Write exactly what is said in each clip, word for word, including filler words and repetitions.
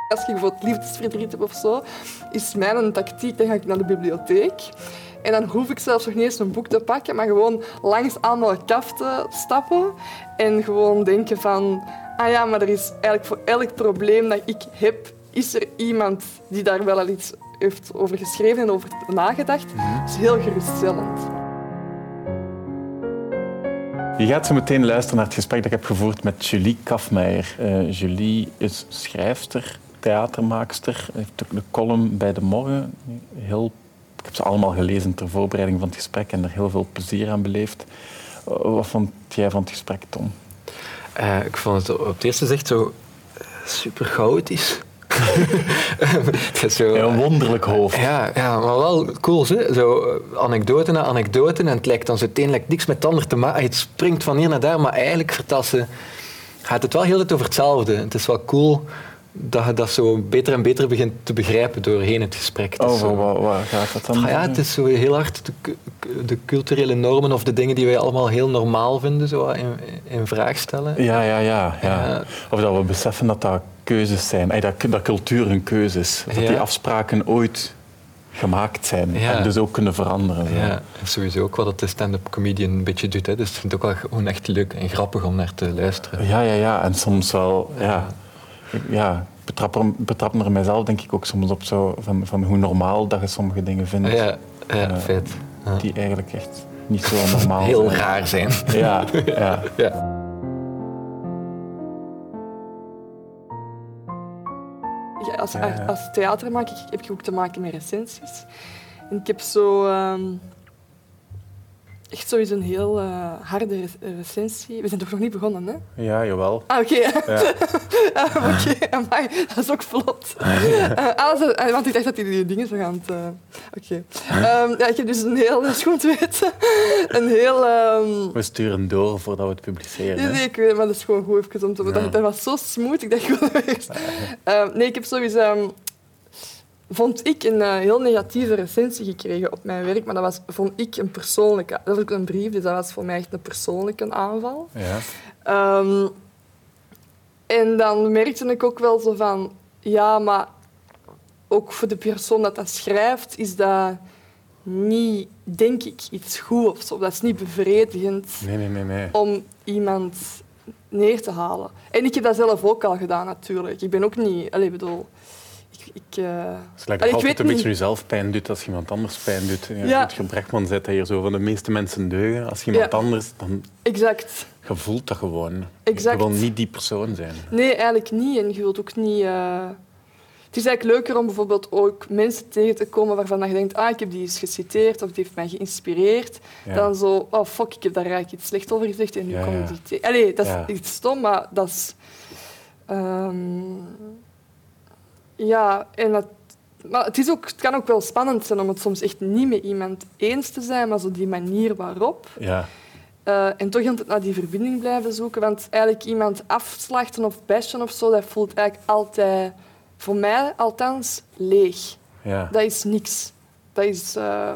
Als je bijvoorbeeld liefdesverdriet hebt of zo, is mijn tactiek, dan ga ik naar de bibliotheek. En dan hoef ik zelfs nog niet eens een boek te pakken, maar gewoon langs allemaal kaften stappen en gewoon denken van, ah ja, maar er is eigenlijk voor elk probleem dat ik heb, is er iemand die daar wel al iets heeft over geschreven en over nagedacht. Dat is heel geruststellend. Je gaat zo meteen luisteren naar het gesprek dat ik heb gevoerd met Julie Kafmeijer. Uh, Julie is schrijfster, theatermaakster, heeft ook de column bij De Morgen. Heel, ik heb ze allemaal gelezen ter voorbereiding van het gesprek en er heel veel plezier aan beleefd. Uh, wat vond jij van het gesprek, Tom? Uh, ik vond het op het eerste zicht zo super chaotisch. Het is zo, ja, een wonderlijk hoofd. Ja, ja, maar wel cool. Hè? Zo anekdote na anekdote. En het lijkt dan zo uiteindelijk niks met het ander te maken. Het springt van hier naar daar, maar eigenlijk vertelt ze, gaat het wel heel tijd over hetzelfde. Het is wel cool dat je dat zo beter en beter begint te begrijpen doorheen het gesprek. Het oh, zo, waar, waar gaat dat dan? Ah, ja, het is zo heel hard de, de culturele normen of de dingen die wij allemaal heel normaal vinden, zo in, in vraag stellen. Ja, ja, ja, ja. Ja. Of dat we beseffen dat dat keuzes zijn. Ay, dat, dat cultuur een keuze is. Dat ja. die afspraken ooit gemaakt zijn ja. en dus ook kunnen veranderen. Zo. Ja, en sowieso ook wat de stand-up comedian een beetje doet. Hè. Dus ik vind het ook wel gewoon echt leuk en grappig om naar te luisteren. Ja, ja, ja. En soms wel... Ja, ja, ik betrap, er, betrap er mijzelf denk ik ook soms op zo van, van hoe normaal dat je sommige dingen vindt. Ja, ja uh, feit. Ja. Die eigenlijk echt niet zo normaal heel zijn. raar zijn. Ja, ja. ja. Ja, als, als theatermaker heb ik ook te maken met recensies. En ik heb zo... Um, echt sowieso een heel uh, harde recensie. We zijn toch nog niet begonnen, hè? Ja, jawel. Ah, oké. Okay. Ja. ah, oké, okay. Dat is ook vlot. uh, alles, uh, want ik dacht dat die, die dingen zo gaan... Uh, oké. Okay. Um, ja, ik heb dus een heel... Dat is goed te weten. Een heel... Um... We sturen door voordat we het publiceren. Nee, nee, ik weet het, maar dat is gewoon goed even om te... Ja. Dat, dat was zo smooth. Ik dacht gewoon... uh, nee, ik heb sowieso... Um, vond ik een uh, heel negatieve recensie gekregen op mijn werk, maar dat was, vond ik, een persoonlijke... Dat was ook een brief, dus dat was voor mij echt een persoonlijke aanval. Ja. Um, en dan merkte ik ook wel zo van... Ja, maar ook voor de persoon dat dat schrijft, is dat niet, denk ik, iets goed of zo. Dat is niet bevredigend nee, nee, nee, nee. om iemand neer te halen. En ik heb dat zelf ook al gedaan, natuurlijk. Ik ben ook niet... Allez, bedoel... Ik, uh... Het lijkt me altijd een beetje jezelf pijn doet als je iemand anders pijn doet. Ja, ja. Het Gebrechtman zei dat hier zo van de meeste mensen deugen. Als je iemand ja. anders, dan... Exact. Je voelt dat gewoon. Exact. Je wil niet die persoon zijn. Nee, eigenlijk niet. En je wilt ook niet... Uh... Het is eigenlijk leuker om bijvoorbeeld ook mensen tegen te komen waarvan je denkt, ah, ik heb die eens geciteerd of die heeft mij geïnspireerd. Ja. Dan zo, oh fuck, ik heb daar eigenlijk iets slecht over gezegd en nu ja, kom ik ja. die tegen. Allee, dat is ja. iets stom, maar dat is... Um... Ja, en dat, maar het, is ook, het kan ook wel spannend zijn om het soms echt niet met iemand eens te zijn, maar zo die manier waarop. Ja. Uh, en toch altijd naar die verbinding blijven zoeken, want eigenlijk iemand afslachten of bashen of zo, dat voelt eigenlijk altijd, voor mij althans, leeg. Ja. Dat is niks. Dat is... Uh,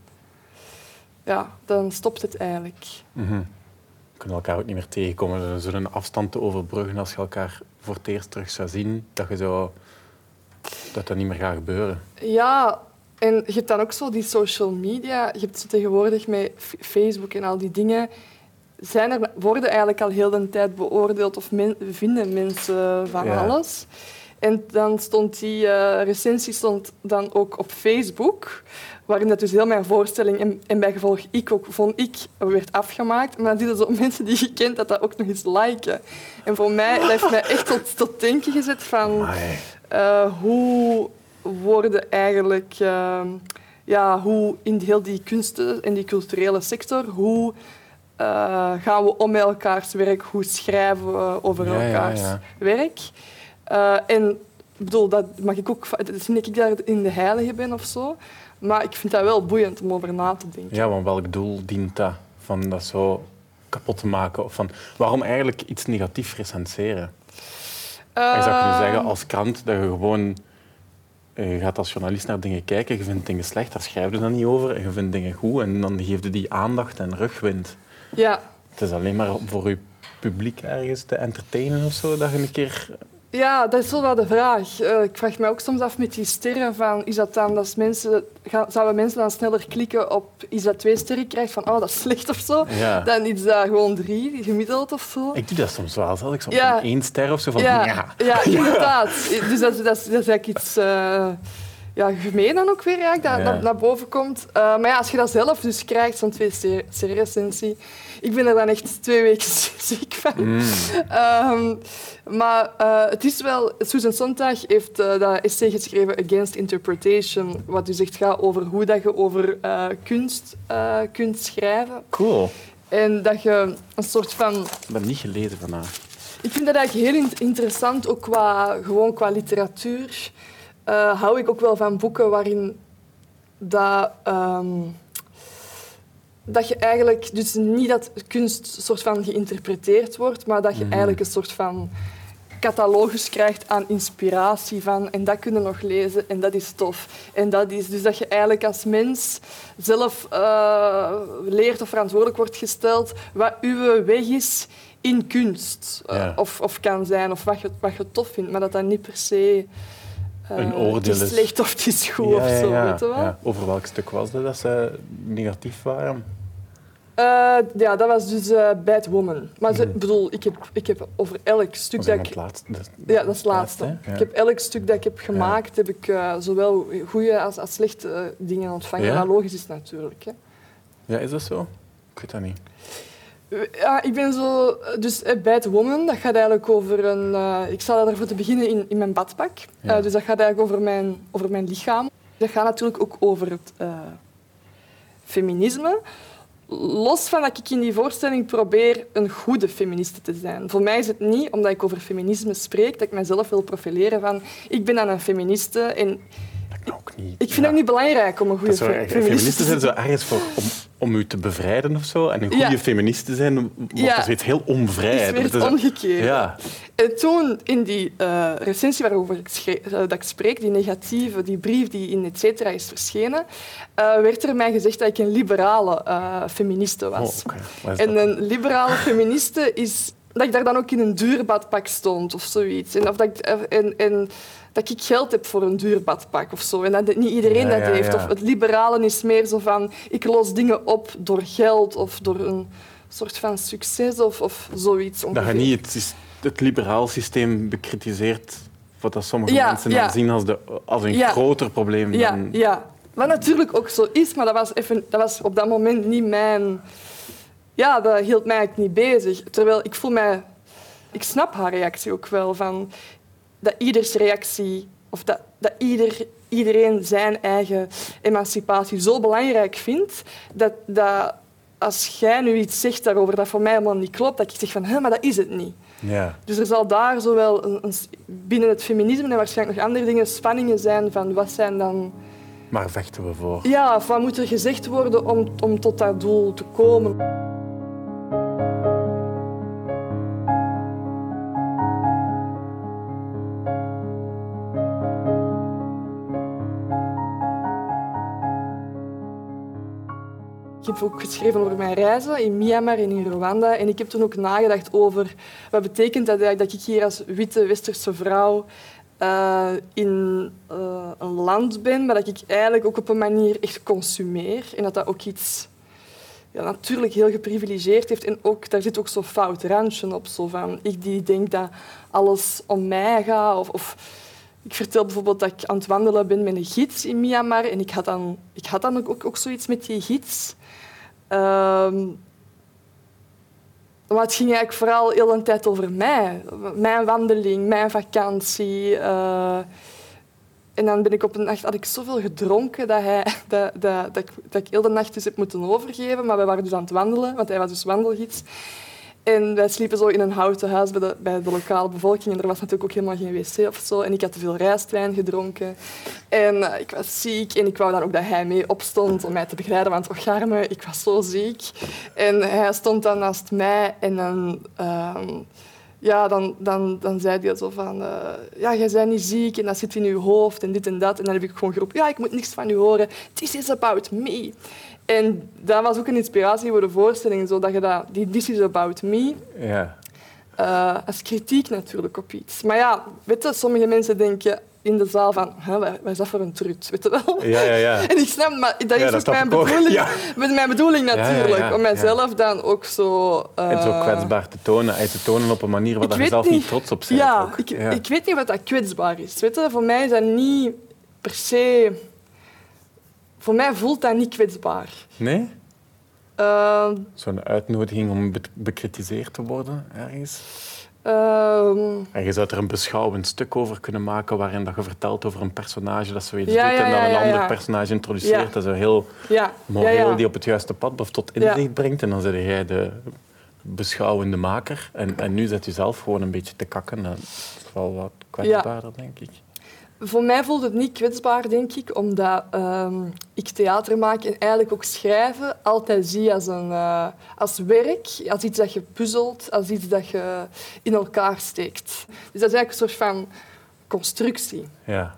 ja, dan stopt het eigenlijk. Mm-hmm. We kunnen elkaar ook niet meer tegenkomen. Er is een afstand te overbruggen als je elkaar voor het eerst terug zou zien, dat je zo... dat dat niet meer gaat gebeuren. Ja, en je hebt dan ook zo die social media. Je hebt zo tegenwoordig met Facebook en al die dingen. Zijn er, worden eigenlijk al heel de tijd beoordeeld of men, vinden mensen van ja. alles. En dan stond die uh, recensie stond dan ook op Facebook, waarin dat dus heel mijn voorstelling en, en bijgevolg ik ook, vond ik, werd afgemaakt. Maar dan zitten zo mensen die je kent dat dat ook nog eens liken. En voor mij, dat heeft mij echt tot, tot denken gezet van... Uh, hoe worden eigenlijk... Uh, ja, hoe in heel die kunsten en die culturele sector, hoe uh, gaan we om met elkaars werk, hoe schrijven we over ja, elkaars ja, ja. werk. Uh, en bedoel, dat mag ik ook... Het is niet dat ik daar in de heilige ben of zo, maar ik vind dat wel boeiend om over na te denken. Ja, want welk doel dient dat? Van dat zo kapot te maken? Of van, waarom eigenlijk iets negatiefs recenseren? Uh, je zou kunnen zeggen als krant dat je gewoon... Je gaat als journalist naar dingen kijken, je vindt dingen slecht, daar schrijf je dan niet over. En je vindt dingen goed en dan geef je die aandacht en rugwind. Ja. Het is alleen maar voor je publiek ergens te entertainen of zo, dat je een keer Ja, dat is wel wel de vraag. Uh, ik vraag me ook soms af met die sterren van, is dat dan dat mensen, gaan, zouden mensen dan sneller klikken op iets dat twee sterren krijgt van, oh, dat is slecht of zo, ja. dan iets dat gewoon drie, gemiddeld of zo. Ik doe dat soms wel, zal ik soms ja. van één ster of zo van, ja. ja. Ja, inderdaad. Dus dat, dat, dat is eigenlijk iets... Uh, Ja, gemeen dan ook weer, ja, dat ja. naar, naar boven komt. Uh, maar ja, als je dat zelf dus krijgt, zo'n twee sterren-recensie, ik ben er dan echt twee weken ziek van. Mm. Um, maar uh, het is wel... Susan Sontag heeft uh, dat essay geschreven Against Interpretation, wat dus echt gaat over hoe dat je over uh, kunst uh, kunt schrijven. Cool. En dat je een soort van... Ik heb dat niet gelezen vandaag. Ik vind dat eigenlijk heel interessant, ook qua, gewoon qua literatuur. Uh, hou ik ook wel van boeken waarin dat, um, dat je eigenlijk dus niet dat kunst soort van geïnterpreteerd wordt, maar dat je mm-hmm. eigenlijk een soort van catalogus krijgt aan inspiratie van en dat kunnen nog lezen en dat is tof. En dat is dus dat je eigenlijk als mens zelf uh, leert of verantwoordelijk wordt gesteld wat uw weg is in kunst. Uh, ja. of, of kan zijn of wat je, wat je tof vindt, maar dat dat niet per se... Uh, een oordeel het is slecht of het is goed ja, of zo, ja, ja. weet je wel? Ja. Over welk stuk was dat dat ze negatief waren? Uh, ja, dat was dus uh, Bad Woman. Maar ze, mm. bedoel, ik heb, ik heb over elk stuk dat, dat ik... Laatste, dat ja, dat is het laatste. laatste ja. Ik heb elk stuk dat ik heb gemaakt, ja. heb ik uh, zowel goede als, als slechte uh, dingen ontvangen. Ja? Maar logisch is het natuurlijk. Hè. Ja, is dat zo? Ik weet dat niet. Ja, ik ben zo... Dus uh, Bad Woman, dat gaat eigenlijk over een... Uh, ik zal daarvoor te beginnen in, in mijn badpak. Ja. Uh, dus dat gaat eigenlijk over mijn, over mijn lichaam. Dat gaat natuurlijk ook over het uh, feminisme. Los van dat ik in die voorstelling probeer een goede feministe te zijn. Voor mij is het niet, omdat ik over feminisme spreek, dat ik mezelf wil profileren van ik ben dan een feministe en ook niet. ik vind ja. het niet belangrijk om een goede fe- feministe te zijn. Feministen zijn zo ergens voor om, om u te bevrijden of zo. En een goede ja. feminist te zijn wordt ja. dus weer heel onvrij. Het is weer het omgekeerde. Ja. En toen, in die uh, recensie waarover ik, schreef, uh, dat ik spreek, die negatieve, die brief die in et cetera is verschenen, uh, werd er mij gezegd dat ik een liberale uh, feministe was. Oh, okay. En een liberale feministe is dat ik daar dan ook in een duur badpak stond of zoiets. En, of dat ik, en, en dat ik geld heb voor een duur badpak of zo. En dat niet iedereen ja, dat ja, heeft. Ja. Of het liberale is meer zo van ik los dingen op door geld of door een soort van succes of, of zoiets. Dat je niet het, is het liberaal systeem bekritiseert wat dat sommige ja, mensen ja. dan zien als, de, als een ja. groter probleem. Ja, dan... ja, wat natuurlijk ook zo is, maar dat was, even, dat was op dat moment niet mijn... Ja, dat hield mij eigenlijk niet bezig. Terwijl ik voel mij... Ik snap haar reactie ook wel, van dat ieders reactie... Of dat, dat ieder, iedereen zijn eigen emancipatie zo belangrijk vindt, dat, dat als jij nu iets zegt daarover dat voor mij helemaal niet klopt, dat ik zeg van, hé, maar dat is het niet. Ja. Dus er zal daar zowel een, een, binnen het feminisme en waarschijnlijk nog andere dingen spanningen zijn van wat zijn dan... Maar vechten we voor? Ja, of wat moet er gezegd worden om, om tot dat doel te komen? Ik heb ook geschreven over mijn reizen in Myanmar en in Rwanda. En ik heb toen ook nagedacht over wat betekent dat, dat ik hier als witte westerse vrouw uh, in uh, een land ben, maar dat ik eigenlijk ook op een manier echt consumeer. En dat dat ook iets ja, natuurlijk heel geprivilegeerd heeft. En ook, daar zit ook zo'n fout randje op. Zo van, ik die denk dat alles om mij gaat. Of, of, ik vertel bijvoorbeeld dat ik aan het wandelen ben met een gids in Myanmar. En ik had dan, ik had dan ook, ook zoiets met die gids. Um, maar het ging eigenlijk vooral heel de tijd over mij. Mijn wandeling, mijn vakantie. Uh, en dan ben ik op een nacht had ik zoveel gedronken dat, hij, dat, dat, dat, ik, dat ik heel de nacht dus heb moeten overgeven. Maar wij waren dus aan het wandelen, want hij was dus wandelgids. En wij sliepen zo in een houten huis bij de, bij de lokale bevolking. En er was natuurlijk ook helemaal geen wc of zo. En ik had te veel rijstwijn gedronken. En uh, ik was ziek. En ik wou dan ook dat hij mee opstond om mij te begeleiden. Want och, arme, ik was zo ziek. En hij stond dan naast mij. En dan, uh, ja, dan, dan, dan zei hij zo van... Uh, ja, jij bent niet ziek en dat zit in je hoofd en dit en dat. En dan heb ik gewoon geroepen... Ja, ik moet niks van u horen. This is about me. En dat was ook een inspiratie voor de voorstelling, zodat je dat, die This is about me, ja. uh, als kritiek natuurlijk op iets. Maar ja, weet je, sommige mensen denken in de zaal van, wat is dat voor een trut, weet je wel? Ja, ja, ja. En ik snap, maar dat is ja, ook dat mijn ook. bedoeling, Ja. met mijn bedoeling natuurlijk, ja, ja, ja, om mijzelf ja. dan ook zo... Uh, en zo kwetsbaar te tonen, uit te tonen op een manier waar je zelf niet, niet trots op bent. Ja, ook. ik, ja, ik weet niet wat dat kwetsbaar is. Weet je? Voor mij is dat niet per se... Voor mij voelt dat niet kwetsbaar. Nee? Uh, Zo'n uitnodiging om be- bekritiseerd te worden, ergens? Uh, en je zou er een beschouwend stuk over kunnen maken waarin dat je vertelt over een personage dat zoiets ja, doet ja, en dan ja, een ja, ander ja. personage introduceert. Ja. Dat is zo heel ja, moreel ja, ja. die op het juiste pad of tot inzicht Ja. brengt. En dan ben jij de beschouwende maker. En, en nu zet je zelf gewoon een beetje te kakken. Dat is wel wat kwetsbaarder, ja. denk ik. Voor mij voelt het niet kwetsbaar, denk ik, omdat um, ik theater maak en eigenlijk ook schrijven altijd zie als, een, uh, als werk, als iets dat je puzzelt, als iets dat je in elkaar steekt. Dus dat is eigenlijk een soort van constructie. Ja.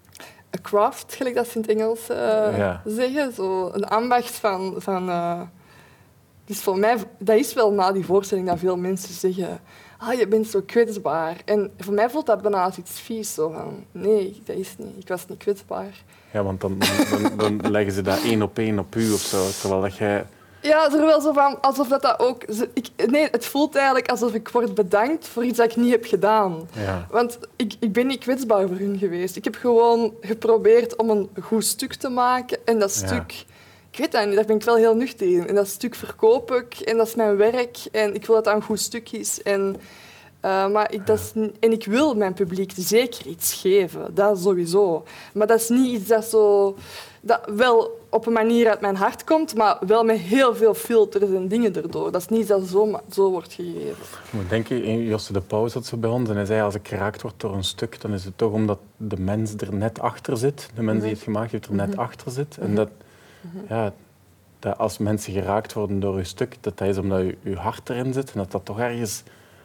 A craft, gelijk dat ze in het Engels uh, ja. zeggen. Zo een ambacht van... van uh, dus voor mij, dat is wel na die voorstelling dat veel mensen zeggen... Ah, je bent zo kwetsbaar. En voor mij voelt dat bijna als iets vies. Zo van, nee, dat is niet. Ik was niet kwetsbaar. Ja, want dan, dan, dan leggen ze dat één op één op u of zo. Terwijl dat jij... Ja, er wel zo van, alsof dat, dat ook... Ik, nee, het voelt eigenlijk alsof ik word bedankt voor iets dat ik niet heb gedaan. Ja. Want ik, ik ben niet kwetsbaar voor hun geweest. Ik heb gewoon geprobeerd om een goed stuk te maken. En dat stuk... Ja. Ik weet dat niet, daar ben ik wel heel nuchter in. En dat stuk verkoop ik en dat is mijn werk. En ik wil dat dat een goed stuk is. En, uh, maar ik, dat is, en ik wil mijn publiek zeker iets geven, dat sowieso. Maar dat is niet iets dat, zo, dat wel op een manier uit mijn hart komt, maar wel met heel veel filters en dingen erdoor. Dat is niet iets dat zo, zo wordt gegeven. Ik moet denken, Josse de Pauw zat zo bij ons en hij zei als ik geraakt word door een stuk, dan is het toch omdat de mens er net achter zit. De mens die het gemaakt heeft er net mm-hmm. achter zit. En dat... Ja, dat als mensen geraakt worden door je stuk, dat, dat is omdat je, je hart erin zit en dat dat toch ergens,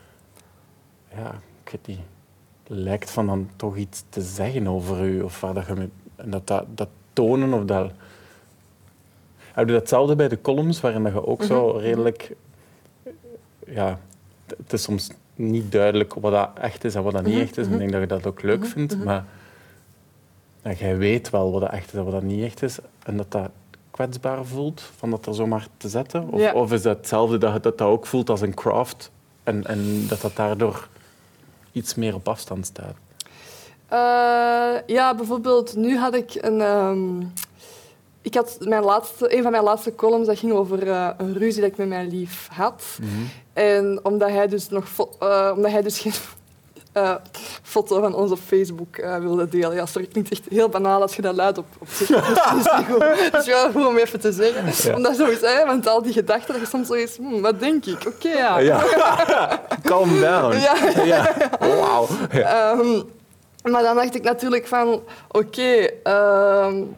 ja, ik weet niet, lijkt van dan toch iets te zeggen over je of waar dat je met, en dat, dat dat tonen of dat. Ik doe datzelfde bij de columns, waarin dat je ook zo redelijk, ja, het is soms niet duidelijk wat dat echt is en wat dat niet echt is. En ik denk dat je dat ook leuk vindt, maar ja, jij weet wel wat dat echt is en wat dat niet echt is en dat dat kwetsbaar voelt, van dat er zomaar te zetten? Of, ja. of is dat hetzelfde dat je dat, dat ook voelt als een craft en, en dat dat daardoor iets meer op afstand staat? Uh, ja, bijvoorbeeld nu had ik een... Um, ik had mijn laatste, een van mijn laatste columns dat ging over uh, een ruzie dat ik met mijn lief had. Mm-hmm. En omdat hij dus nog... Uh, omdat hij dus geen... Uh, foto van ons op Facebook uh, wilde delen. Ja, sorry, het klinkt echt heel banaal als je dat luidt op, op zit. Het is wel goed om even te zeggen. Ja. Omdat zo is, hè, want al die gedachten, dat je soms zo is, hm, wat denk ik? Oké, okay, ja. ja. Calm down. Ja. ja. Wauw. Ja. Um, maar dan dacht ik natuurlijk van, oké, okay, um,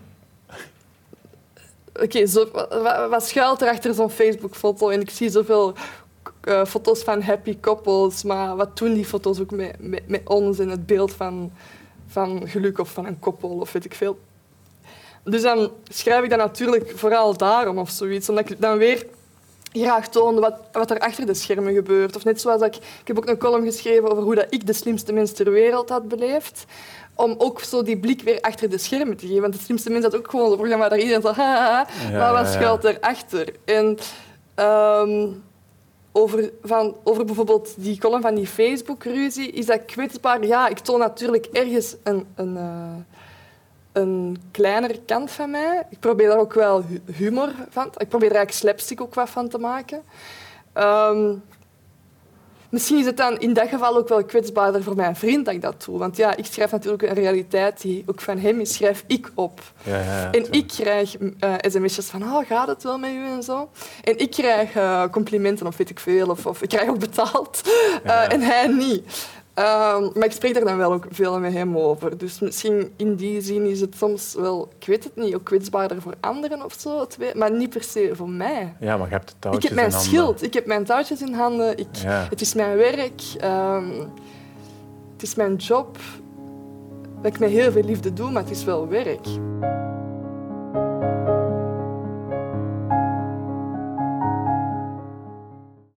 okay, wat, wat schuilt er achter zo'n Facebook-foto? En ik zie zoveel... Uh, foto's van happy couples, maar wat doen die foto's ook met, met, met ons en het beeld van, van geluk of van een koppel of weet ik veel. Dus dan schrijf ik dat natuurlijk vooral daarom of zoiets, omdat ik dan weer graag toonde wat, wat er achter de schermen gebeurt. Of net zoals ik, ik heb ook een column geschreven over hoe dat ik de slimste mens ter wereld had beleefd. Om ook zo die blik weer achter de schermen te geven. Want de slimste mens had ook gewoon een programma waar iedereen zo ha, ha, ha, ja, maar wat schuilt erachter? En... Um, Over, van, over bijvoorbeeld die column van die Facebook-ruzie, is dat kwetsbaar? Ja, ik toon natuurlijk ergens een, een, uh, een kleinere kant van mij. Ik probeer daar ook wel humor van. Ik probeer er eigenlijk slapstick ook wat van te maken. Um, misschien is het dan in dat geval ook wel kwetsbaarder voor mijn vriend dat ik dat doe. Want ja, ik schrijf natuurlijk een realiteit die ook van hem is, schrijf ik op. Ja, ja, ja, en ik krijg uh, sms'jes van, oh, gaat het wel met u en zo. En ik krijg uh, complimenten of weet ik veel, of, of ik krijg ook betaald. Uh, ja, ja. En hij niet. Um, maar ik spreek daar dan wel ook veel met hem over. Dus misschien in die zin is het soms wel, ik weet het niet, ook kwetsbaarder voor anderen of zo, maar niet per se voor mij. Ja, maar je hebt de touwtjes in handen. Ik heb mijn in schild, handen. ik heb mijn touwtjes in handen. Ik, ja. Het is mijn werk, um, het is mijn job. Dat ik met heel veel liefde doe, maar het is wel werk.